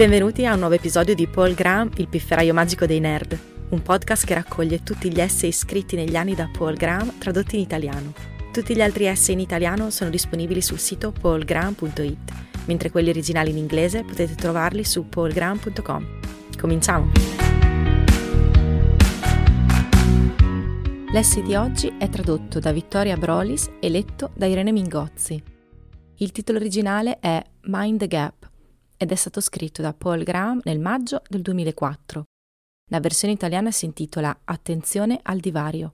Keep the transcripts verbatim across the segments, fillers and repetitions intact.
Benvenuti a un nuovo episodio di Paul Graham, il pifferaio magico dei nerd, un podcast che raccoglie tutti gli essay scritti negli anni da Paul Graham tradotti in italiano. Tutti gli altri essay in italiano sono disponibili sul sito paul graham punto it, mentre quelli originali in inglese potete trovarli su paul graham punto com. Cominciamo! L'essay di oggi è tradotto da Vittoria Brolis e letto da Irene Mingozzi. Il titolo originale è Mind the Gap ed è stato scritto da Paul Graham nel maggio del duemilaquattro. La versione italiana si intitola Attenzione al divario.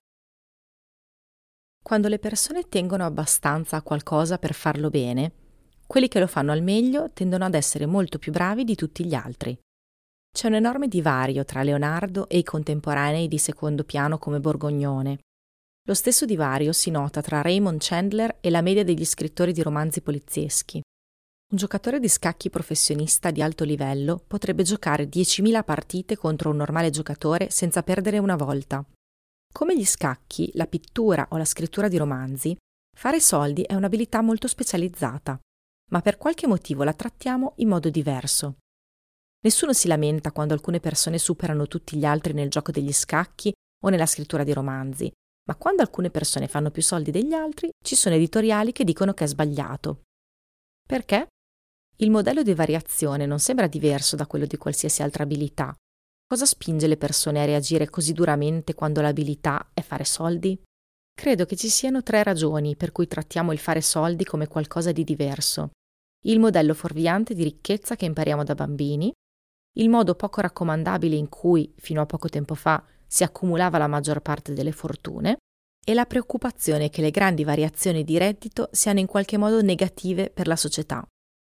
Quando le persone tengono abbastanza a qualcosa per farlo bene, quelli che lo fanno al meglio tendono ad essere molto più bravi di tutti gli altri. C'è un enorme divario tra Leonardo e i contemporanei di secondo piano come Borgognone. Lo stesso divario si nota tra Raymond Chandler e la media degli scrittori di romanzi polizieschi. Un giocatore di scacchi professionista di alto livello potrebbe giocare diecimila partite contro un normale giocatore senza perdere una volta. Come gli scacchi, la pittura o la scrittura di romanzi, fare soldi è un'abilità molto specializzata, ma per qualche motivo la trattiamo in modo diverso. Nessuno si lamenta quando alcune persone superano tutti gli altri nel gioco degli scacchi o nella scrittura di romanzi, ma quando alcune persone fanno più soldi degli altri, ci sono editoriali che dicono che è sbagliato. Perché? Il modello di variazione non sembra diverso da quello di qualsiasi altra abilità. Cosa spinge le persone a reagire così duramente quando l'abilità è fare soldi? Credo che ci siano tre ragioni per cui trattiamo il fare soldi come qualcosa di diverso. Il modello fuorviante di ricchezza che impariamo da bambini, il modo poco raccomandabile in cui, fino a poco tempo fa, si accumulava la maggior parte delle fortune, e la preoccupazione che le grandi variazioni di reddito siano in qualche modo negative per la società.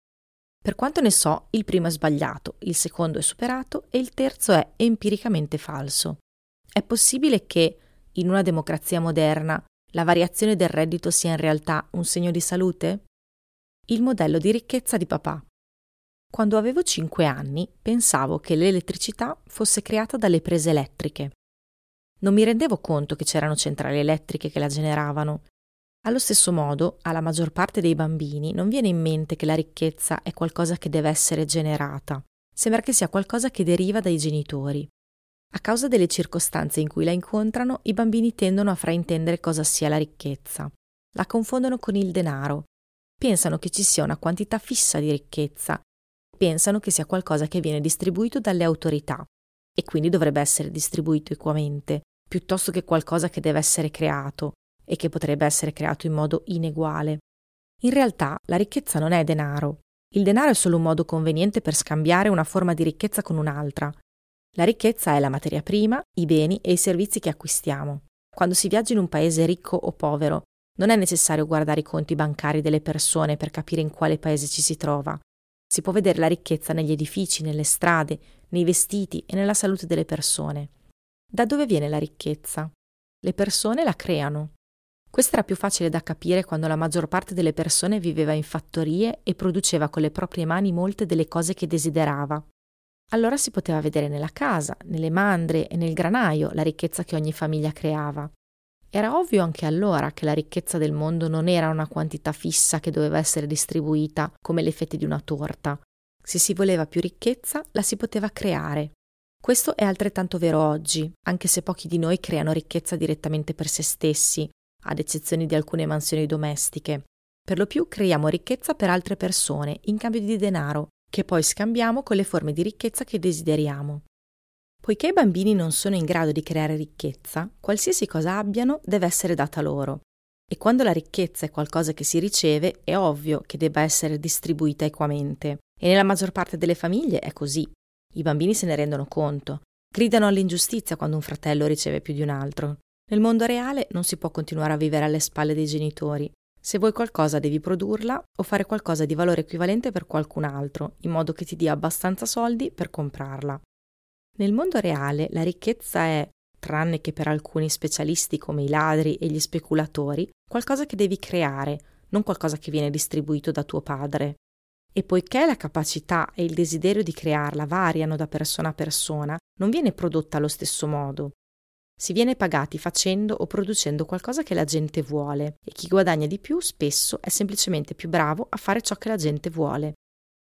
Per quanto ne so, il primo è sbagliato, il secondo è superato e il terzo è empiricamente falso. È possibile che, in una democrazia moderna, la variazione del reddito sia in realtà un segno di salute? Il modello di ricchezza di papà. Quando avevo cinque anni, pensavo che l'elettricità fosse creata dalle prese elettriche. Non mi rendevo conto che c'erano centrali elettriche che la generavano. Allo stesso modo, alla maggior parte dei bambini non viene in mente che la ricchezza è qualcosa che deve essere generata. Sembra che sia qualcosa che deriva dai genitori. A causa delle circostanze in cui la incontrano, i bambini tendono a fraintendere cosa sia la ricchezza. La confondono con il denaro. Pensano che ci sia una quantità fissa di ricchezza. Pensano che sia qualcosa che viene distribuito dalle autorità e quindi dovrebbe essere distribuito equamente, piuttosto che qualcosa che deve essere creato e che potrebbe essere creato in modo ineguale. In realtà la ricchezza non è denaro. Il denaro è solo un modo conveniente per scambiare una forma di ricchezza con un'altra. La ricchezza è la materia prima, i beni e i servizi che acquistiamo. Quando si viaggia in un paese ricco o povero, non è necessario guardare i conti bancari delle persone per capire in quale paese ci si trova. Si può vedere la ricchezza negli edifici, nelle strade, nei vestiti e nella salute delle persone. Da dove viene la ricchezza? Le persone la creano. Questo era più facile da capire quando la maggior parte delle persone viveva in fattorie e produceva con le proprie mani molte delle cose che desiderava. Allora si poteva vedere nella casa, nelle mandrie e nel granaio la ricchezza che ogni famiglia creava. Era ovvio anche allora che la ricchezza del mondo non era una quantità fissa che doveva essere distribuita come le fette di una torta. Se si voleva più ricchezza, la si poteva creare. Questo è altrettanto vero oggi, anche se pochi di noi creano ricchezza direttamente per se stessi, ad eccezione di alcune mansioni domestiche. Per lo più creiamo ricchezza per altre persone in cambio di denaro, che poi scambiamo con le forme di ricchezza che desideriamo. Poiché i bambini non sono in grado di creare ricchezza, qualsiasi cosa abbiano deve essere data loro. E quando la ricchezza è qualcosa che si riceve, è ovvio che debba essere distribuita equamente. E nella maggior parte delle famiglie è così. I bambini se ne rendono conto. Gridano all'ingiustizia quando un fratello riceve più di un altro. Nel mondo reale non si può continuare a vivere alle spalle dei genitori. Se vuoi qualcosa devi produrla o fare qualcosa di valore equivalente per qualcun altro, in modo che ti dia abbastanza soldi per comprarla. Nel mondo reale la ricchezza è, tranne che per alcuni specialisti come i ladri e gli speculatori, qualcosa che devi creare, non qualcosa che viene distribuito da tuo padre. E poiché la capacità e il desiderio di crearla variano da persona a persona, non viene prodotta allo stesso modo. Si viene pagati facendo o producendo qualcosa che la gente vuole e chi guadagna di più spesso è semplicemente più bravo a fare ciò che la gente vuole.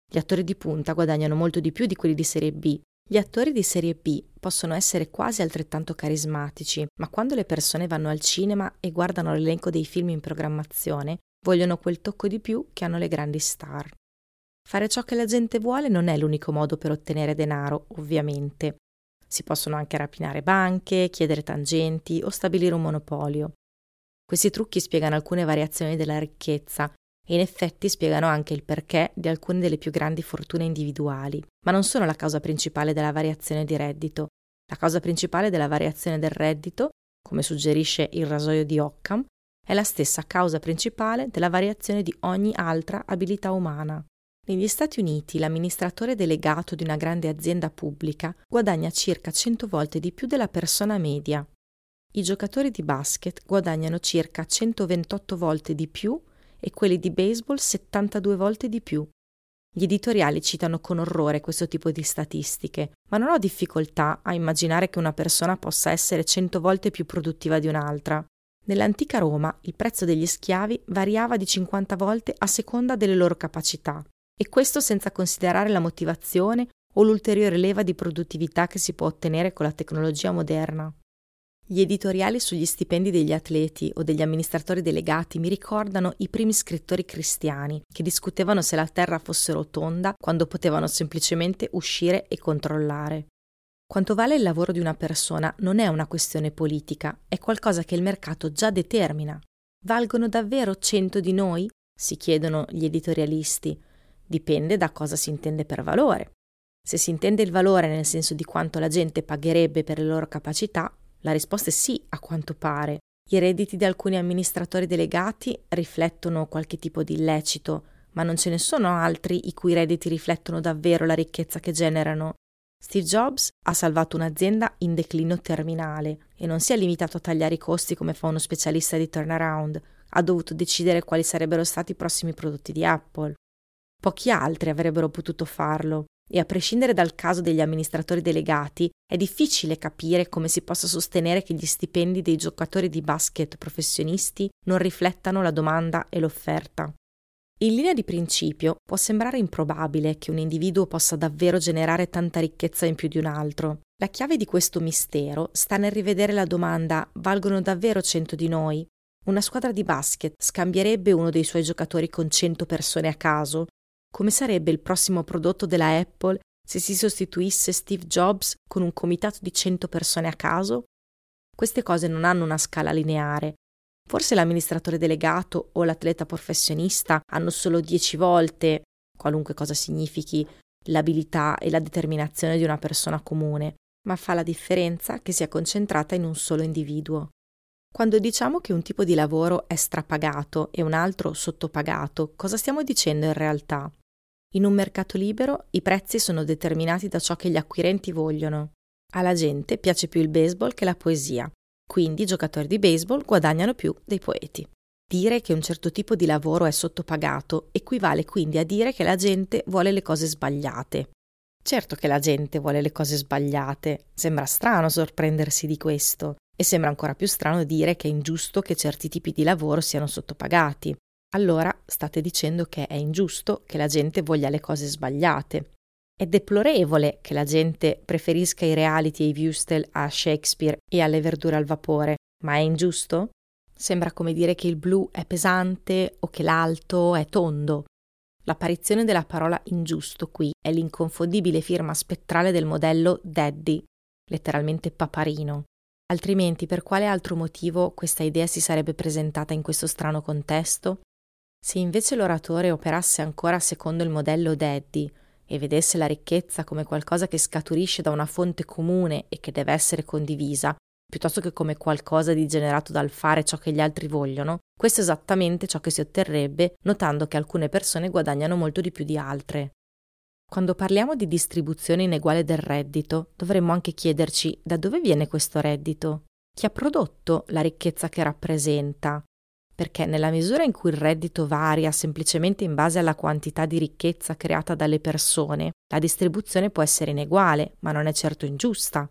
Gli attori di punta guadagnano molto di più di quelli di serie B. Gli attori di serie B possono essere quasi altrettanto carismatici, ma quando le persone vanno al cinema e guardano l'elenco dei film in programmazione, vogliono quel tocco di più che hanno le grandi star. Fare ciò che la gente vuole non è l'unico modo per ottenere denaro, ovviamente. Si possono anche rapinare banche, chiedere tangenti o stabilire un monopolio. Questi trucchi spiegano alcune variazioni della ricchezza e in effetti spiegano anche il perché di alcune delle più grandi fortune individuali, ma non sono la causa principale della variazione di reddito. La causa principale della variazione del reddito, come suggerisce il rasoio di Occam, è la stessa causa principale della variazione di ogni altra abilità umana. Negli Stati Uniti l'amministratore delegato di una grande azienda pubblica guadagna circa cento volte di più della persona media. I giocatori di basket guadagnano circa centoventotto volte di più e quelli di baseball settantadue volte di più. Gli editoriali citano con orrore questo tipo di statistiche, ma non ho difficoltà a immaginare che una persona possa essere cento volte più produttiva di un'altra. Nell'antica Roma il prezzo degli schiavi variava di cinquanta volte a seconda delle loro capacità, e questo senza considerare la motivazione o l'ulteriore leva di produttività che si può ottenere con la tecnologia moderna. Gli editoriali sugli stipendi degli atleti o degli amministratori delegati mi ricordano i primi scrittori cristiani che discutevano se la terra fosse rotonda quando potevano semplicemente uscire e controllare. Quanto vale il lavoro di una persona non è una questione politica, è qualcosa che il mercato già determina. Valgono davvero cento di noi? Si chiedono gli editorialisti. Dipende da cosa si intende per valore. Se si intende il valore nel senso di quanto la gente pagherebbe per le loro capacità, la risposta è sì, a quanto pare. I redditi di alcuni amministratori delegati riflettono qualche tipo di illecito, ma non ce ne sono altri i cui redditi riflettono davvero la ricchezza che generano. Steve Jobs ha salvato un'azienda in declino terminale e non si è limitato a tagliare i costi come fa uno specialista di turnaround, ha dovuto decidere quali sarebbero stati i prossimi prodotti di Apple. Pochi altri avrebbero potuto farlo. E a prescindere dal caso degli amministratori delegati, è difficile capire come si possa sostenere che gli stipendi dei giocatori di basket professionisti non riflettano la domanda e l'offerta. In linea di principio, può sembrare improbabile che un individuo possa davvero generare tanta ricchezza in più di un altro. La chiave di questo mistero sta nel rivedere la domanda: valgono davvero cento di noi? Una squadra di basket scambierebbe uno dei suoi giocatori con cento persone a caso? Come sarebbe il prossimo prodotto della Apple se si sostituisse Steve Jobs con un comitato di cento persone a caso? Queste cose non hanno una scala lineare. Forse l'amministratore delegato o l'atleta professionista hanno solo dieci volte, qualunque cosa significhi, l'abilità e la determinazione di una persona comune, ma fa la differenza che sia concentrata in un solo individuo. Quando diciamo che un tipo di lavoro è strapagato e un altro sottopagato, cosa stiamo dicendo in realtà? In un mercato libero i prezzi sono determinati da ciò che gli acquirenti vogliono. Alla gente piace più il baseball che la poesia, quindi i giocatori di baseball guadagnano più dei poeti. Dire che un certo tipo di lavoro è sottopagato equivale quindi a dire che la gente vuole le cose sbagliate. Certo che la gente vuole le cose sbagliate, sembra strano sorprendersi di questo, e sembra ancora più strano dire che è ingiusto che certi tipi di lavoro siano sottopagati. Allora state dicendo che è ingiusto che la gente voglia le cose sbagliate. È deplorevole che la gente preferisca i reality e i Wüstel a Shakespeare e alle verdure al vapore, ma è ingiusto? Sembra come dire che il blu è pesante o che l'alto è tondo. L'apparizione della parola ingiusto qui è l'inconfondibile firma spettrale del modello Daddy, letteralmente paparino. Altrimenti per quale altro motivo questa idea si sarebbe presentata in questo strano contesto? Se invece l'oratore operasse ancora secondo il modello Daddy e vedesse la ricchezza come qualcosa che scaturisce da una fonte comune e che deve essere condivisa, piuttosto che come qualcosa di generato dal fare ciò che gli altri vogliono, questo è esattamente ciò che si otterrebbe notando che alcune persone guadagnano molto di più di altre. Quando parliamo di distribuzione ineguale del reddito, dovremmo anche chiederci da dove viene questo reddito? Chi ha prodotto la ricchezza che rappresenta? Perché nella misura in cui il reddito varia semplicemente in base alla quantità di ricchezza creata dalle persone, la distribuzione può essere ineguale, ma non è certo ingiusta.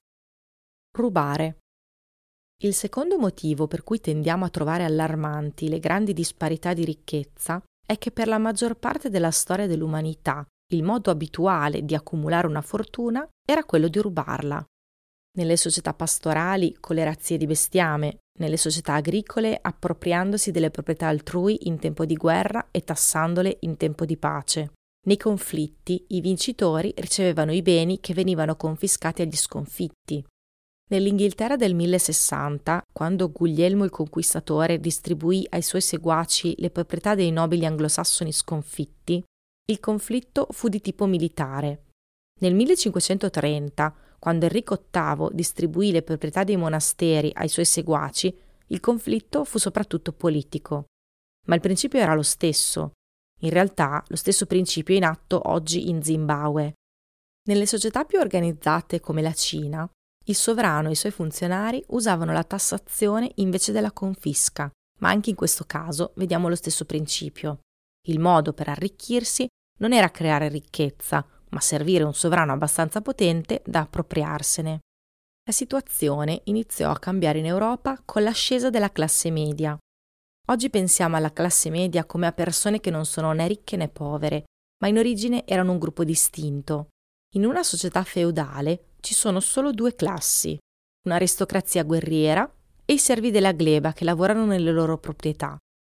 Rubare. Il secondo motivo per cui tendiamo a trovare allarmanti le grandi disparità di ricchezza è che per la maggior parte della storia dell'umanità Il modo abituale di accumulare una fortuna era quello di rubarla. Nelle società pastorali con le razzie di bestiame, nelle società agricole appropriandosi delle proprietà altrui in tempo di guerra e tassandole in tempo di pace. Nei conflitti i vincitori ricevevano i beni che venivano confiscati agli sconfitti. Nell'Inghilterra del millesessanta, quando Guglielmo il Conquistatore distribuì ai suoi seguaci le proprietà dei nobili anglosassoni sconfitti, il conflitto fu di tipo militare. Nel millecinquecentotrenta, quando Enrico ottavo distribuì le proprietà dei monasteri ai suoi seguaci, il conflitto fu soprattutto politico. Ma il principio era lo stesso. In realtà, lo stesso principio è in atto oggi in Zimbabwe. Nelle società più organizzate come la Cina, il sovrano e i suoi funzionari usavano la tassazione invece della confisca, ma anche in questo caso vediamo lo stesso principio. Il modo per arricchirsi non era creare ricchezza, ma servire un sovrano abbastanza potente da appropriarsene. La situazione iniziò a cambiare in Europa con l'ascesa della classe media. Oggi pensiamo alla classe media come a persone che non sono né ricche né povere, ma in origine erano un gruppo distinto. In una società feudale ci sono solo due classi, un'aristocrazia guerriera e i servi della gleba che lavorano nelle loro proprietà.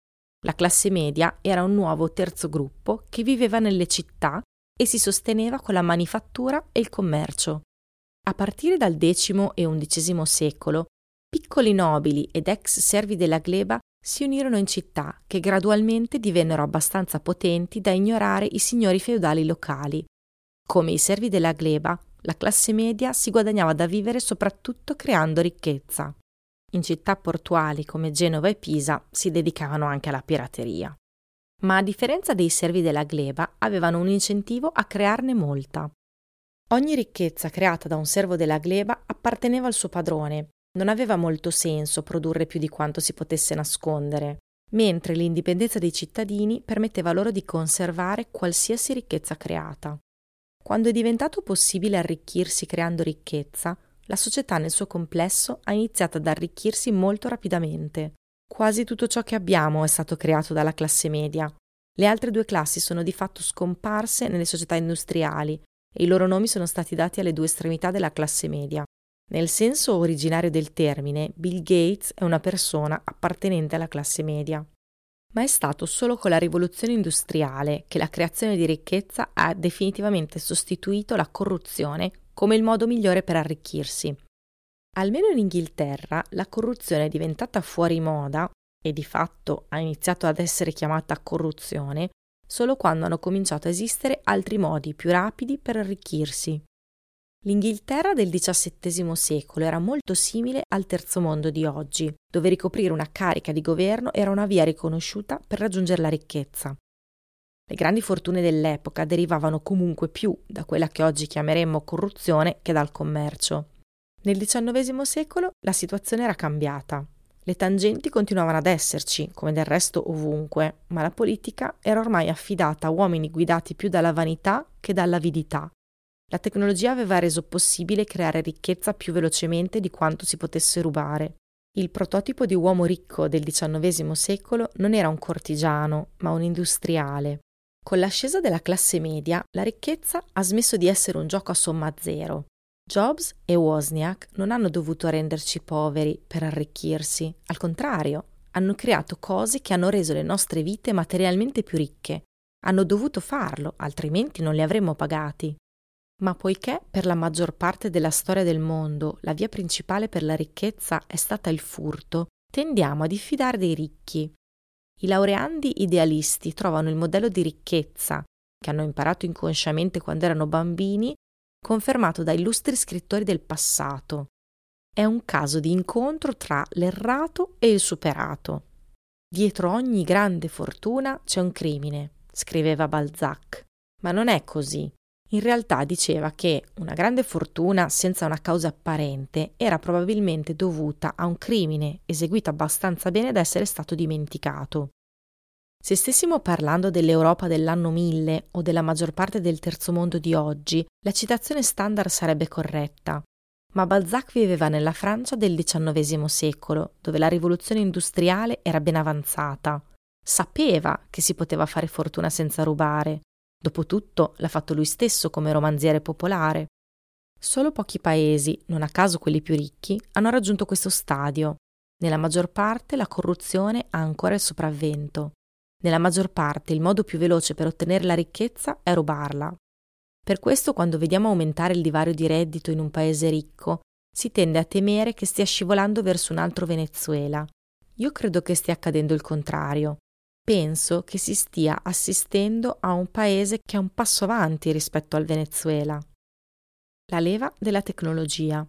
La classe media era un nuovo terzo gruppo che viveva nelle città e si sosteneva con la manifattura e il commercio. A partire dal decimo e undicesimo secolo, piccoli nobili ed ex servi della gleba si unirono in città che gradualmente divennero abbastanza potenti da ignorare i signori feudali locali. Come i servi della gleba, la classe media si guadagnava da vivere soprattutto creando ricchezza. In città portuali come Genova e Pisa si dedicavano anche alla pirateria. Ma a differenza dei servi della gleba, avevano un incentivo a crearne molta. Ogni ricchezza creata da un servo della gleba apparteneva al suo padrone. Non aveva molto senso produrre più di quanto si potesse nascondere, mentre l'indipendenza dei cittadini permetteva loro di conservare qualsiasi ricchezza creata. Quando è diventato possibile arricchirsi creando ricchezza, la società nel suo complesso ha iniziato ad arricchirsi molto rapidamente. Quasi tutto ciò che abbiamo è stato creato dalla classe media. Le altre due classi sono di fatto scomparse nelle società industriali e i loro nomi sono stati dati alle due estremità della classe media. Nel senso originario del termine, Bill Gates è una persona appartenente alla classe media. Ma è stato solo con la rivoluzione industriale che la creazione di ricchezza ha definitivamente sostituito la corruzione come il modo migliore per arricchirsi. Almeno in Inghilterra la corruzione è diventata fuori moda e di fatto ha iniziato ad essere chiamata corruzione solo quando hanno cominciato a esistere altri modi più rapidi per arricchirsi. L'Inghilterra del diciassettesimo secolo era molto simile al terzo mondo di oggi, dove ricoprire una carica di governo era una via riconosciuta per raggiungere la ricchezza. Le grandi fortune dell'epoca derivavano comunque più da quella che oggi chiameremmo corruzione che dal commercio. Nel diciannovesimo secolo la situazione era cambiata. Le tangenti continuavano ad esserci, come del resto ovunque, ma la politica era ormai affidata a uomini guidati più dalla vanità che dall'avidità. La tecnologia aveva reso possibile creare ricchezza più velocemente di quanto si potesse rubare. Il prototipo di uomo ricco del diciannovesimo secolo non era un cortigiano, ma un industriale. Con l'ascesa della classe media, la ricchezza ha smesso di essere un gioco a somma zero. Jobs e Wozniak non hanno dovuto renderci poveri per arricchirsi, al contrario, hanno creato cose che hanno reso le nostre vite materialmente più ricche. Hanno dovuto farlo, altrimenti non li avremmo pagati. Ma poiché per la maggior parte della storia del mondo la via principale per la ricchezza è stata il furto, tendiamo a diffidare dei ricchi. I laureandi idealisti trovano il modello di ricchezza, che hanno imparato inconsciamente quando erano bambini, confermato da illustri scrittori del passato. È un caso di incontro tra l'errato e il superato. Dietro ogni grande fortuna c'è un crimine, scriveva Balzac. Ma non è così. In realtà diceva che una grande fortuna senza una causa apparente era probabilmente dovuta a un crimine eseguito abbastanza bene da essere stato dimenticato. Se stessimo parlando dell'Europa dell'anno mille o della maggior parte del terzo mondo di oggi, la citazione standard sarebbe corretta. Ma Balzac viveva nella Francia del diciannovesimo secolo, dove la rivoluzione industriale era ben avanzata. Sapeva che si poteva fare fortuna senza rubare. Dopotutto l'ha fatto lui stesso come romanziere popolare. Solo pochi paesi, non a caso quelli più ricchi, hanno raggiunto questo stadio. Nella maggior parte la corruzione ha ancora il sopravvento. Nella maggior parte il modo più veloce per ottenere la ricchezza è rubarla. Per questo quando vediamo aumentare il divario di reddito in un paese ricco, si tende a temere che stia scivolando verso un altro Venezuela. Io credo che stia accadendo il contrario. Penso che si stia assistendo a un paese che è un passo avanti rispetto al Venezuela. La leva della tecnologia.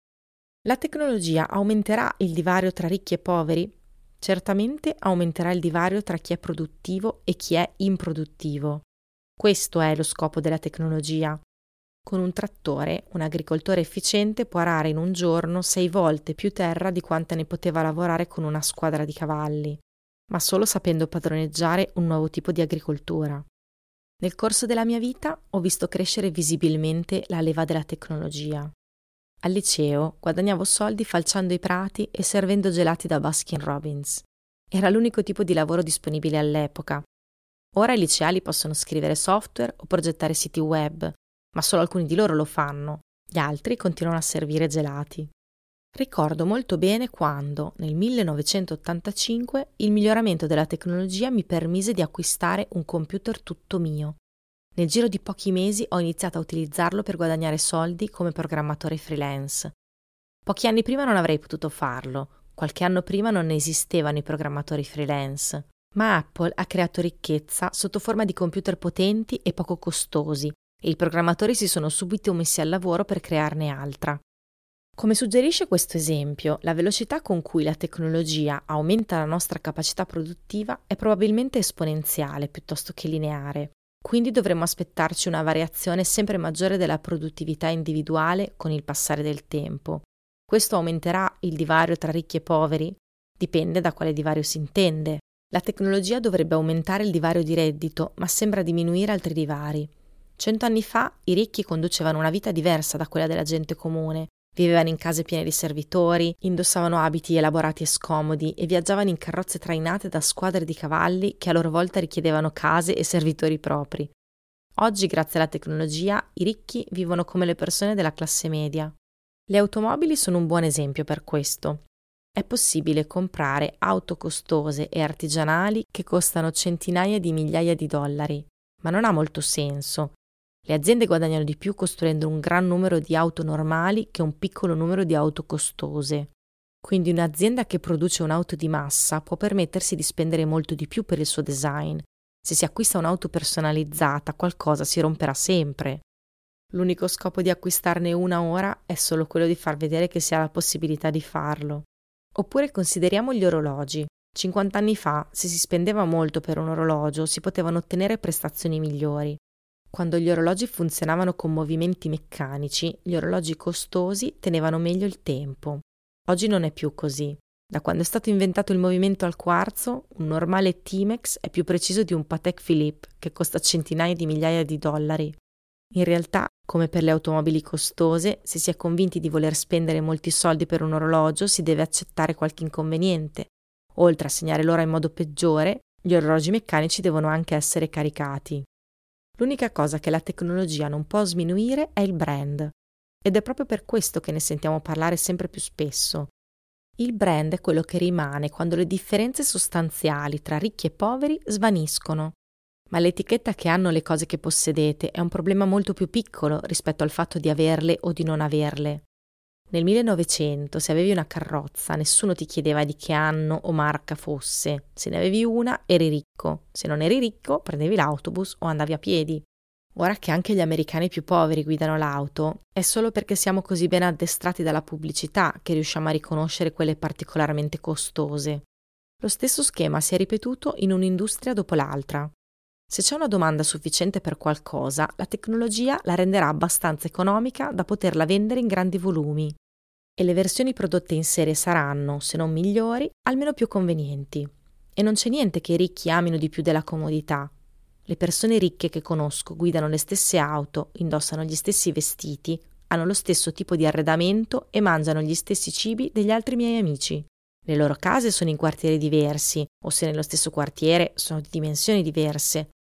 La tecnologia aumenterà il divario tra ricchi e poveri? Certamente aumenterà il divario tra chi è produttivo e chi è improduttivo. Questo è lo scopo della tecnologia. Con un trattore, un agricoltore efficiente può arare in un giorno sei volte più terra di quanta ne poteva lavorare con una squadra di cavalli, ma solo sapendo padroneggiare un nuovo tipo di agricoltura. Nel corso della mia vita ho visto crescere visibilmente la leva della tecnologia. Al liceo guadagnavo soldi falciando i prati e servendo gelati da Baskin Robbins. Era l'unico tipo di lavoro disponibile all'epoca. Ora i liceali possono scrivere software o progettare siti web, ma solo alcuni di loro lo fanno, gli altri continuano a servire gelati. Ricordo molto bene quando, nel millenovecentottantacinque, il miglioramento della tecnologia mi permise di acquistare un computer tutto mio. Nel giro di pochi mesi ho iniziato a utilizzarlo per guadagnare soldi come programmatore freelance. Pochi anni prima non avrei potuto farlo, qualche anno prima non esistevano i programmatori freelance, ma Apple ha creato ricchezza sotto forma di computer potenti e poco costosi e i programmatori si sono subito messi al lavoro per crearne altra. Come suggerisce questo esempio, la velocità con cui la tecnologia aumenta la nostra capacità produttiva è probabilmente esponenziale piuttosto che lineare. Quindi dovremmo aspettarci una variazione sempre maggiore della produttività individuale con il passare del tempo. Questo aumenterà il divario tra ricchi e poveri? Dipende da quale divario si intende. La tecnologia dovrebbe aumentare il divario di reddito, ma sembra diminuire altri divari. Cento anni fa i ricchi conducevano una vita diversa da quella della gente comune. Vivevano in case piene di servitori, indossavano abiti elaborati e scomodi e viaggiavano in carrozze trainate da squadre di cavalli che a loro volta richiedevano case e servitori propri. Oggi, grazie alla tecnologia, i ricchi vivono come le persone della classe media. Le automobili sono un buon esempio per questo. È possibile comprare auto costose e artigianali che costano centinaia di migliaia di dollari, ma non ha molto senso. Le aziende guadagnano di più costruendo un gran numero di auto normali che un piccolo numero di auto costose. Quindi un'azienda che produce un'auto di massa può permettersi di spendere molto di più per il suo design. Se si acquista un'auto personalizzata, qualcosa si romperà sempre. L'unico scopo di acquistarne una ora è solo quello di far vedere che si ha la possibilità di farlo. Oppure consideriamo gli orologi. cinquanta anni fa, se si spendeva molto per un orologio, si potevano ottenere prestazioni migliori. Quando gli orologi funzionavano con movimenti meccanici, gli orologi costosi tenevano meglio il tempo. Oggi non è più così. Da quando è stato inventato il movimento al quarzo, un normale Timex è più preciso di un Patek Philippe, che costa centinaia di migliaia di dollari. In realtà, come per le automobili costose, se si è convinti di voler spendere molti soldi per un orologio, si deve accettare qualche inconveniente. Oltre a segnare l'ora in modo peggiore, gli orologi meccanici devono anche essere caricati. L'unica cosa che la tecnologia non può sminuire è il brand, ed è proprio per questo che ne sentiamo parlare sempre più spesso. Il brand è quello che rimane quando le differenze sostanziali tra ricchi e poveri svaniscono. Ma l'etichetta che hanno le cose che possedete è un problema molto più piccolo rispetto al fatto di averle o di non averle. Nel millenovecento, se avevi una carrozza, nessuno ti chiedeva di che anno o marca fosse. Se ne avevi una, eri ricco. Se non eri ricco, prendevi l'autobus o andavi a piedi. Ora che anche gli americani più poveri guidano l'auto, è solo perché siamo così ben addestrati dalla pubblicità che riusciamo a riconoscere quelle particolarmente costose. Lo stesso schema si è ripetuto in un'industria dopo l'altra. Se c'è una domanda sufficiente per qualcosa, la tecnologia la renderà abbastanza economica da poterla vendere in grandi volumi. E le versioni prodotte in serie saranno, se non migliori, almeno più convenienti. E non c'è niente che i ricchi amino di più della comodità. Le persone ricche che conosco guidano le stesse auto, indossano gli stessi vestiti, hanno lo stesso tipo di arredamento e mangiano gli stessi cibi degli altri miei amici. Le loro case sono in quartieri diversi, o se nello stesso quartiere sono di dimensioni diverse,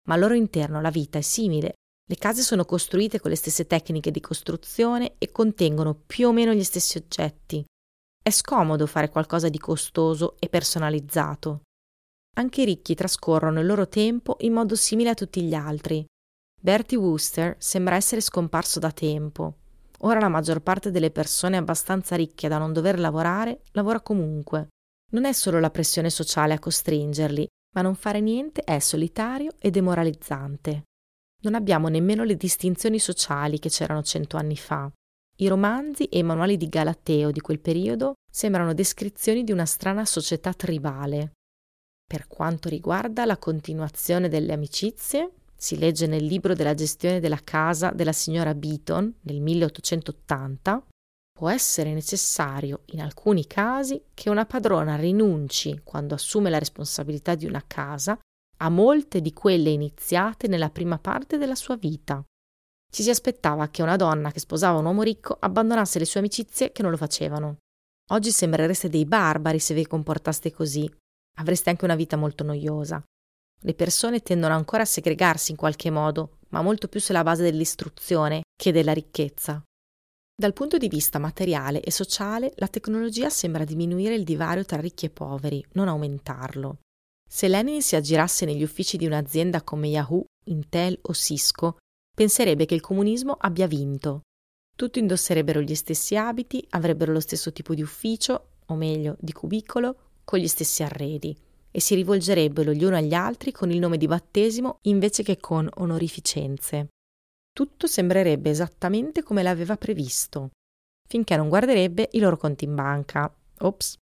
ma al loro interno la vita è simile. Le case sono costruite con le stesse tecniche di costruzione e contengono più o meno gli stessi oggetti. È scomodo fare qualcosa di costoso e personalizzato. Anche i ricchi trascorrono il loro tempo in modo simile a tutti gli altri. Bertie Wooster sembra essere scomparso da tempo. Ora la maggior parte delle persone abbastanza ricche da non dover lavorare lavora comunque. Non è solo la pressione sociale a costringerli, ma non fare niente è solitario e demoralizzante. Non abbiamo nemmeno le distinzioni sociali che c'erano cento anni fa. I romanzi e i manuali di Galateo di quel periodo sembrano descrizioni di una strana società tribale. Per quanto riguarda la continuazione delle amicizie, si legge nel libro della gestione della casa della signora Beaton nel milleottocentottanta, può essere necessario in alcuni casi che una padrona rinunci, quando assume la responsabilità di una casa, a molte di quelle iniziate nella prima parte della sua vita. Ci si aspettava che una donna che sposava un uomo ricco abbandonasse le sue amicizie che non lo facevano. Oggi sembrereste dei barbari se vi comportaste così. Avreste anche una vita molto noiosa. Le persone tendono ancora a segregarsi in qualche modo, ma molto più sulla base dell'istruzione che della ricchezza. Dal punto di vista materiale e sociale, la tecnologia sembra diminuire il divario tra ricchi e poveri, non aumentarlo. Se Lenin si aggirasse negli uffici di un'azienda come Yahoo, Intel o Cisco, penserebbe che il comunismo abbia vinto. Tutti indosserebbero gli stessi abiti, avrebbero lo stesso tipo di ufficio, o meglio, di cubicolo, con gli stessi arredi, e si rivolgerebbero gli uni agli altri con il nome di battesimo invece che con onorificenze. Tutto sembrerebbe esattamente come l'aveva previsto, finché non guarderebbe i loro conti in banca. Ops.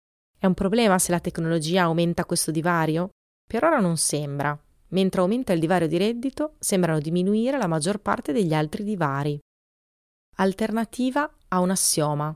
È un problema se la tecnologia aumenta questo divario? Per ora non sembra. Mentre aumenta il divario di reddito, sembrano diminuire la maggior parte degli altri divari. Alternativa a un assioma.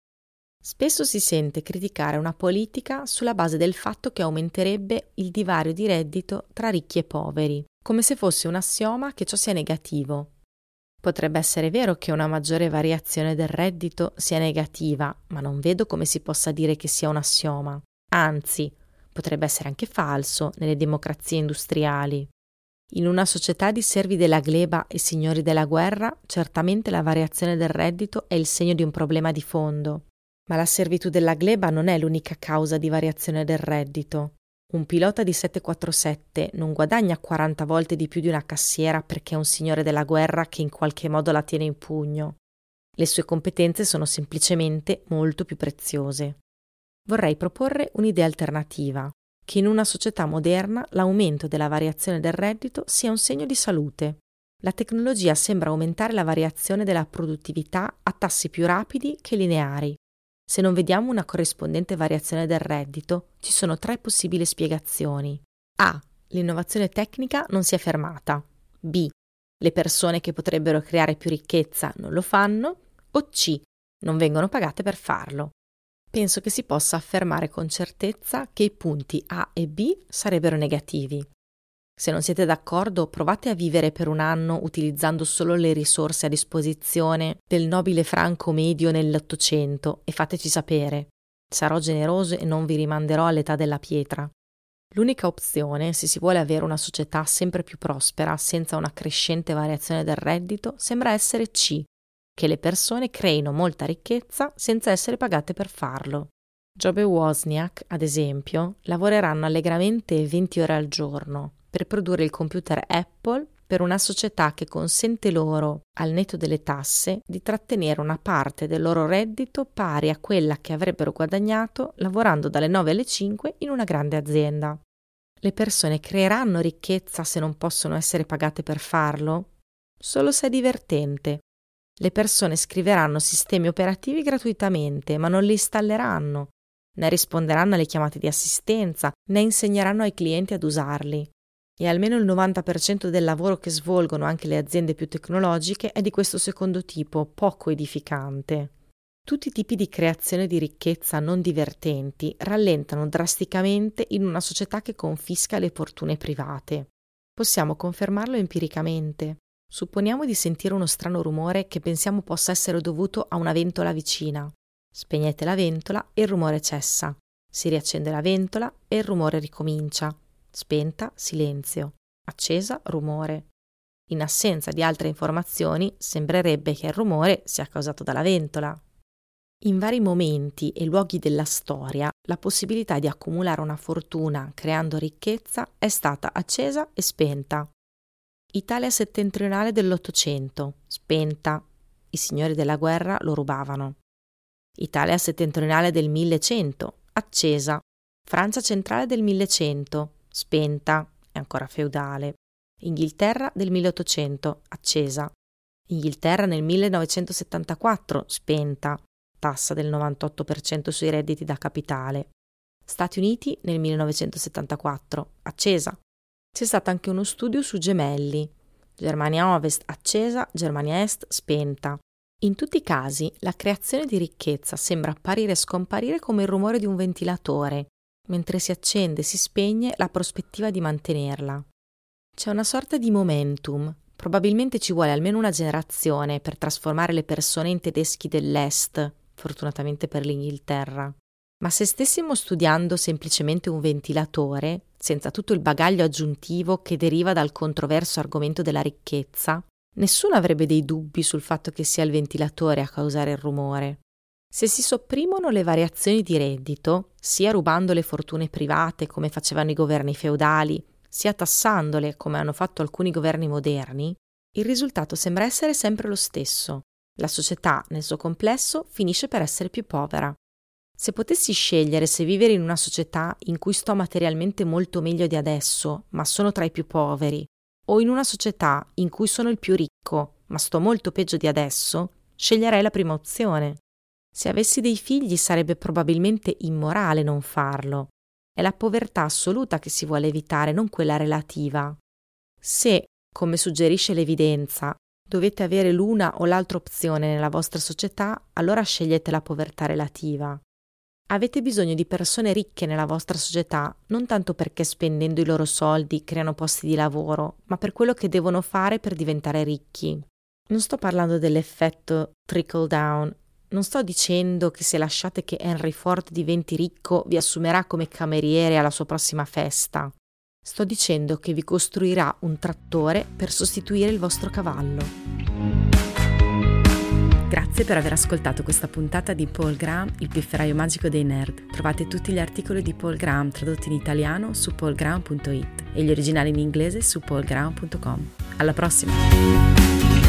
Spesso si sente criticare una politica sulla base del fatto che aumenterebbe il divario di reddito tra ricchi e poveri, come se fosse un assioma che ciò sia negativo. Potrebbe essere vero che una maggiore variazione del reddito sia negativa, ma non vedo come si possa dire che sia un assioma. Anzi, potrebbe essere anche falso nelle democrazie industriali. In una società di servi della gleba e signori della guerra, certamente la variazione del reddito è il segno di un problema di fondo. Ma la servitù della gleba non è l'unica causa di variazione del reddito. Un pilota di sette quattrosette non guadagna quaranta volte di più di una cassiera perché è un signore della guerra che in qualche modo la tiene in pugno. Le sue competenze sono semplicemente molto più preziose. Vorrei proporre un'idea alternativa, che in una società moderna l'aumento della variazione del reddito sia un segno di salute. La tecnologia sembra aumentare la variazione della produttività a tassi più rapidi che lineari. Se non vediamo una corrispondente variazione del reddito, ci sono tre possibili spiegazioni. A. L'innovazione tecnica non si è fermata. B. Le persone che potrebbero creare più ricchezza non lo fanno. O C. Non vengono pagate per farlo. Penso che si possa affermare con certezza che i punti A e B sarebbero negativi. Se non siete d'accordo, provate a vivere per un anno utilizzando solo le risorse a disposizione del nobile franco medio nell'Ottocento e fateci sapere. Sarò generoso e non vi rimanderò all'età della pietra. L'unica opzione, se si vuole avere una società sempre più prospera senza una crescente variazione del reddito, sembra essere C, che le persone creino molta ricchezza senza essere pagate per farlo. Job e Wozniak, ad esempio, lavoreranno allegramente venti ore al giorno per produrre il computer Apple per una società che consente loro, al netto delle tasse, di trattenere una parte del loro reddito pari a quella che avrebbero guadagnato lavorando dalle nove alle cinque in una grande azienda. Le persone creeranno ricchezza se non possono essere pagate per farlo? Solo se è divertente. Le persone scriveranno sistemi operativi gratuitamente, ma non li installeranno, né risponderanno alle chiamate di assistenza, né insegneranno ai clienti ad usarli. E almeno il novanta per cento del lavoro che svolgono anche le aziende più tecnologiche è di questo secondo tipo, poco edificante. Tutti i tipi di creazione di ricchezza non divertenti rallentano drasticamente in una società che confisca le fortune private. Possiamo confermarlo empiricamente. Supponiamo di sentire uno strano rumore che pensiamo possa essere dovuto a una ventola vicina. Spegnete la ventola e il rumore cessa. Si riaccende la ventola e il rumore ricomincia. Spenta, silenzio. accesa, rumore. In assenza di altre informazioni, sembrerebbe che il rumore sia causato dalla ventola. In vari momenti e luoghi della storia, la possibilità di accumulare una fortuna creando ricchezza è stata accesa e spenta. Italia settentrionale dell'Ottocento, spenta. I signori della guerra lo rubavano. Italia settentrionale del millecento, accesa. Francia centrale del millecento, spenta, è ancora feudale. Inghilterra del milleottocento, accesa. Inghilterra nel millenovecentosettantaquattro, spenta, tassa del novantotto per cento sui redditi da capitale. Stati Uniti nel millenovecentosettantaquattro, accesa. C'è stato anche uno studio su gemelli. Germania Ovest, accesa, Germania Est, spenta. In tutti i casi, la creazione di ricchezza sembra apparire e scomparire come il rumore di un ventilatore. Mentre si accende e si spegne la prospettiva di mantenerla. C'è una sorta di momentum. Probabilmente ci vuole almeno una generazione per trasformare le persone in tedeschi dell'Est, fortunatamente per l'Inghilterra. Ma se stessimo studiando semplicemente un ventilatore, senza tutto il bagaglio aggiuntivo che deriva dal controverso argomento della ricchezza, nessuno avrebbe dei dubbi sul fatto che sia il ventilatore a causare il rumore. Se si sopprimono le variazioni di reddito, sia rubando le fortune private come facevano i governi feudali, sia tassandole come hanno fatto alcuni governi moderni, il risultato sembra essere sempre lo stesso. La società, nel suo complesso, finisce per essere più povera. Se potessi scegliere se vivere in una società in cui sto materialmente molto meglio di adesso, ma sono tra i più poveri, o in una società in cui sono il più ricco, ma sto molto peggio di adesso, sceglierei la prima opzione. Se avessi dei figli sarebbe probabilmente immorale non farlo. È la povertà assoluta che si vuole evitare, non quella relativa. Se, come suggerisce l'evidenza, dovete avere l'una o l'altra opzione nella vostra società, allora scegliete la povertà relativa. Avete bisogno di persone ricche nella vostra società, non tanto perché spendendo i loro soldi creano posti di lavoro, ma per quello che devono fare per diventare ricchi. Non sto parlando dell'effetto trickle down. Non sto dicendo che se lasciate che Henry Ford diventi ricco vi assumerà come cameriere alla sua prossima festa. Sto dicendo che vi costruirà un trattore per sostituire il vostro cavallo. Grazie per aver ascoltato questa puntata di Paul Graham, il pifferaio magico dei nerd. Trovate tutti gli articoli di Paul Graham tradotti in italiano su paul graham punto it e gli originali in inglese su paul graham punto com. Alla prossima!